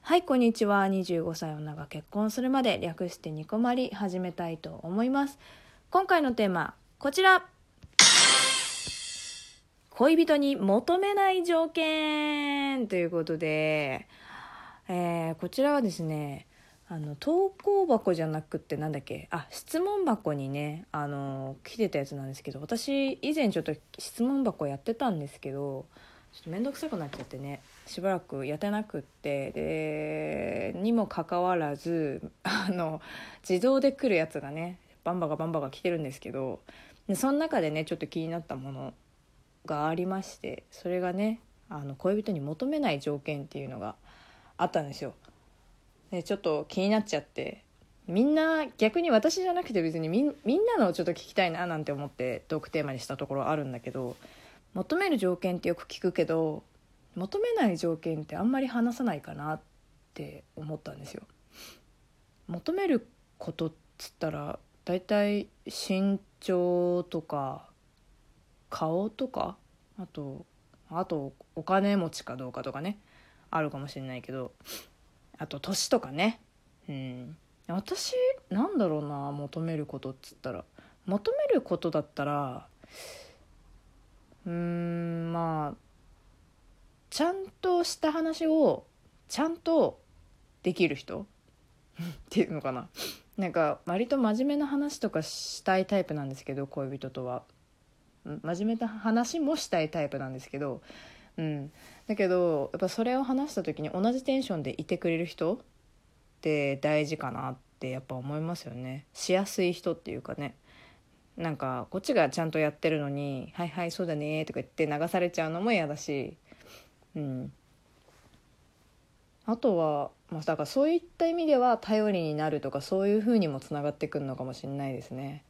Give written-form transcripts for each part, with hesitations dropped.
はい、こんにちは。25歳女が結婚するまで、略してニコマリ始めたいと思います。今回のテーマ、こちら。恋人に求めない条件ということで、こちらはですね、投稿箱じゃなくって質問箱にね、来てたやつなんですけど、私以前ちょっと質問箱やってたんですけど、ちょっとめんどくさくなっちゃってね、しばらくやってなくって、でにもかかわらず自動で来るやつがねバンバが来てるんですけど、でその中でねちょっと気になったものがありまして、それがね恋人に求めない条件っていうのがあったんですよ。でちょっと気になっちゃって、みんな逆に私じゃなくて別にみんなのをちょっと聞きたいななんて思ってトークテーマにしたところあるんだけど、求める条件ってよく聞くけど求めない条件ってあんまり話さないかなって思ったんですよ。求めることっつったらだいたい身長とか顔とか、あとお金持ちかどうかとかね、あるかもしれないけど、あと年とかね。私なんだろうな、求めることっつったら、求めることだったらまあちゃんとした話をちゃんとできる人っていうのかな。なんか割と真面目な話とかしたいタイプなんですけど、恋人とは真面目な話もしたいタイプなんですけど、だけどやっぱそれを話した時に同じテンションでいてくれる人って大事かなってやっぱ思いますよね。しやすい人っていうかね、なんかこっちがちゃんとやってるのにはいはいそうだねとか言って流されちゃうのも嫌だし、あとは、だからそういった意味では頼りになるとかそういう風にもつながってくるのかもしれないですね。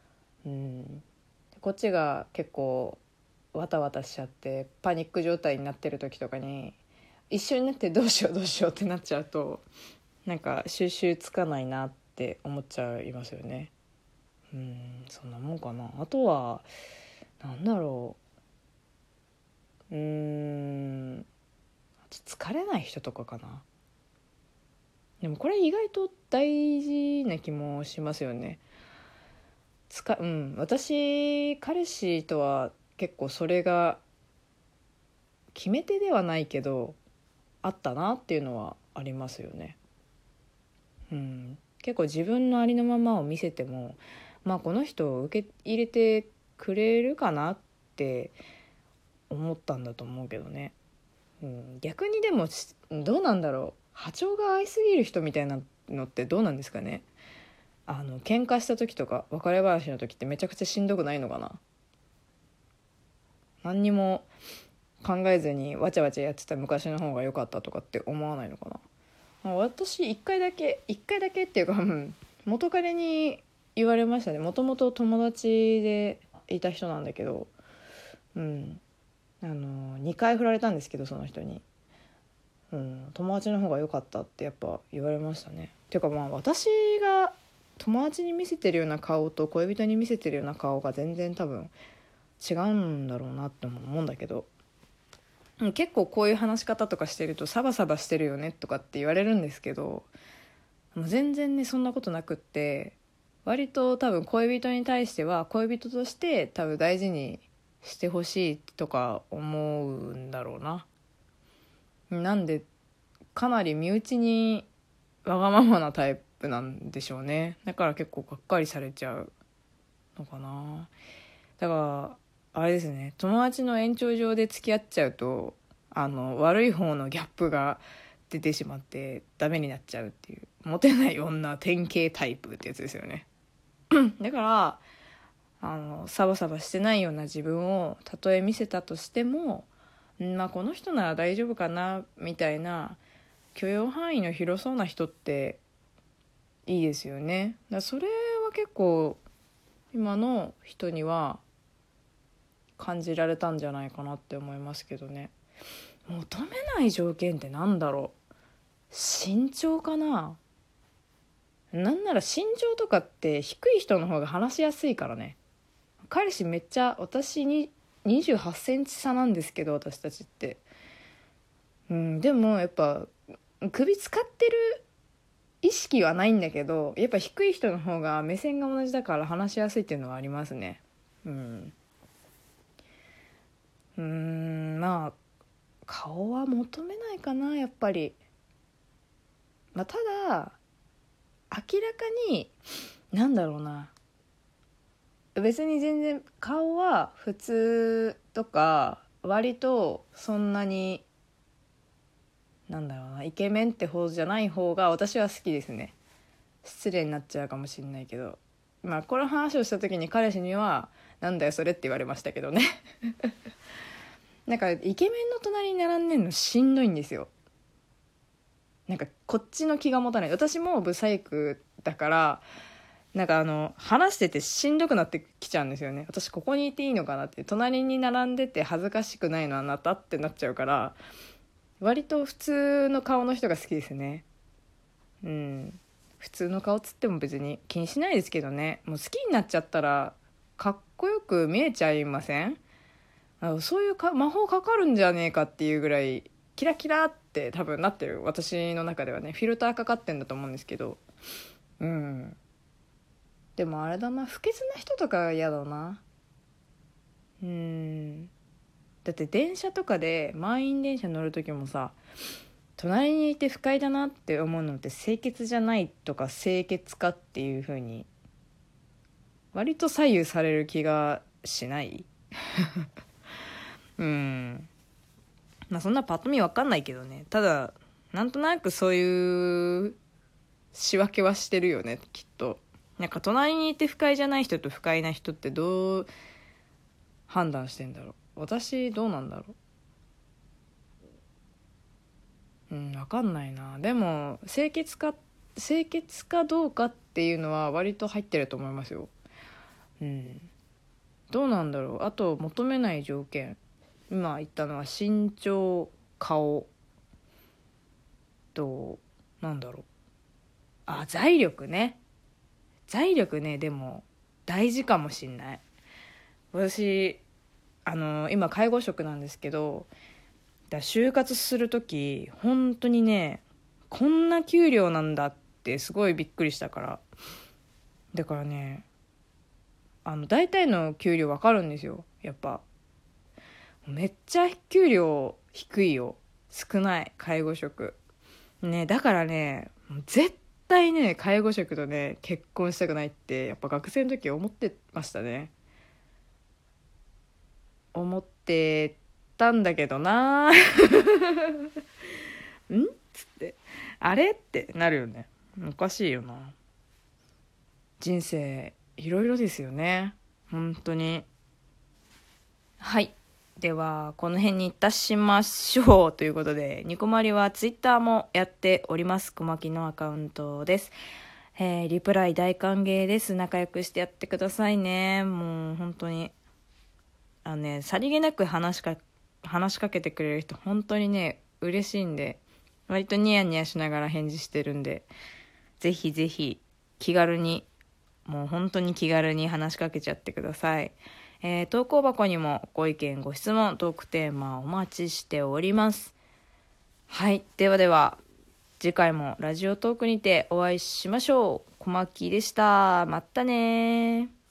こっちが結構わたわたしちゃってパニック状態になってる時とかに一緒になってどうしようってなっちゃうと、なんか収集つかないなって思っちゃいますよね。そんなもんかな。あとはなんだろ疲れない人とかかな。でもこれ意外と大事な気もしますよね。私彼氏とは結構それが決め手ではないけどあったなっていうのはありますよね。結構自分のありのままを見せても、この人を受け入れてくれるかなって思ったんだと思うけどね。逆にでもどうなんだろう、波長が合いすぎる人みたいなのってどうなんですかね。喧嘩した時とか別れ話の時ってめちゃくちゃしんどくないのかな。何にも考えずにわちゃわちゃやってた昔の方が良かったとかって思わないのかな。私一回だけっていうか、元彼に言われましたね。もともと友達でいた人なんだけど、2回振られたんですけどその人に、友達の方が良かったってやっぱ言われましたね。ていうか私が友達に見せてるような顔と恋人に見せてるような顔が全然多分違うんだろうなって思うんだけど、結構こういう話し方とかしてるとサバサバしてるよねとかって言われるんですけど、もう全然ねそんなことなくって、割と多分恋人に対しては恋人として多分大事にしてほしいとか思うんだろうな。なんでかなり身内にわがままなタイプなんでしょうね。だから結構がっかりされちゃうのかな。だからあれですね、友達の延長上で付き合っちゃうと悪い方のギャップが出てしまってダメになっちゃうっていう、モテない女典型タイプってやつですよね。だからサバサバしてないような自分をたとえ見せたとしても、この人なら大丈夫かなみたいな許容範囲の広そうな人っていいですよね。だからそれは結構今の人には感じられたんじゃないかなって思いますけどね。求めない条件ってなんだろう。身長かな。なんなら身長とかって低い人の方が話しやすいからね。彼氏めっちゃ私に28センチ差なんですけど、私たちってでもやっぱ首使ってる意識はないんだけど、やっぱ低い人の方が目線が同じだから話しやすいっていうのはありますね。まあ顔は求めないかな、やっぱり。ただ明らかになんだろうな、別に全然顔は普通とか割とそんなになんだろうな、イケメンって方じゃない方が私は好きですね。失礼になっちゃうかもしれないけど、この話をした時に彼氏にはなんだよそれって言われましたけどねなんかイケメンの隣に並んでんのしんどいんですよ。なんかこっちの気が持たない。私もブサイクだからなんか話しててしんどくなってきちゃうんですよね。私ここにいていいのかなって、隣に並んでて恥ずかしくないのあなたってなっちゃうから、割と普通の顔の人が好きですね。普通の顔つっても別に気にしないですけどね。もう好きになっちゃったらかっこよく見えちゃいません？そういう魔法かかるんじゃねえかっていうぐらいキラキラって多分なってる、私の中ではね。フィルターかかってんだと思うんですけど、でもあれだな、不潔な人とか嫌だな。だって電車とかで満員電車乗る時もさ、隣にいて不快だなって思うのって清潔じゃないとか清潔かっていう風に割と左右される気がしないそんなパッと見わかんないけどね。ただなんとなくそういう仕分けはしてるよね、きっと。なんか隣にいて不快じゃない人と不快な人ってどう判断してんだろう。私どうなんだろう。わかんないな。でも清潔かどうかっていうのは割と入ってると思いますよ。どうなんだろう。あと求めない条件、今言ったのは身長、顔となんだろう、財力ね。でも大事かもしんない。私今介護職なんですけど、就活する時本当にね、こんな給料なんだってすごいびっくりしたから。だからね、大体の給料わかるんですよ。やっぱめっちゃ給料低いよ、少ない介護職ね。だからね、絶対ね介護職とね結婚したくないってやっぱ学生の時思ってましたね。思ってたんだけどなっつってあれってなるよね。おかしいよな。人生いろいろですよね、本当に。はい、ではこの辺にいたしましょうということで、ニコマリはツイッターもやっております。小牧のアカウントです。リプライ大歓迎です。仲良くしてやってくださいね。もう本当にさりげなく話しかけてくれる人本当にね嬉しいんで、割とニヤニヤしながら返事してるんで、ぜひぜひ気軽に、もう本当に気軽に話しかけちゃってください。投稿箱にもご意見ご質問トークテーマお待ちしております。はい、では次回もラジオトークにてお会いしましょう。小牧でした。またね。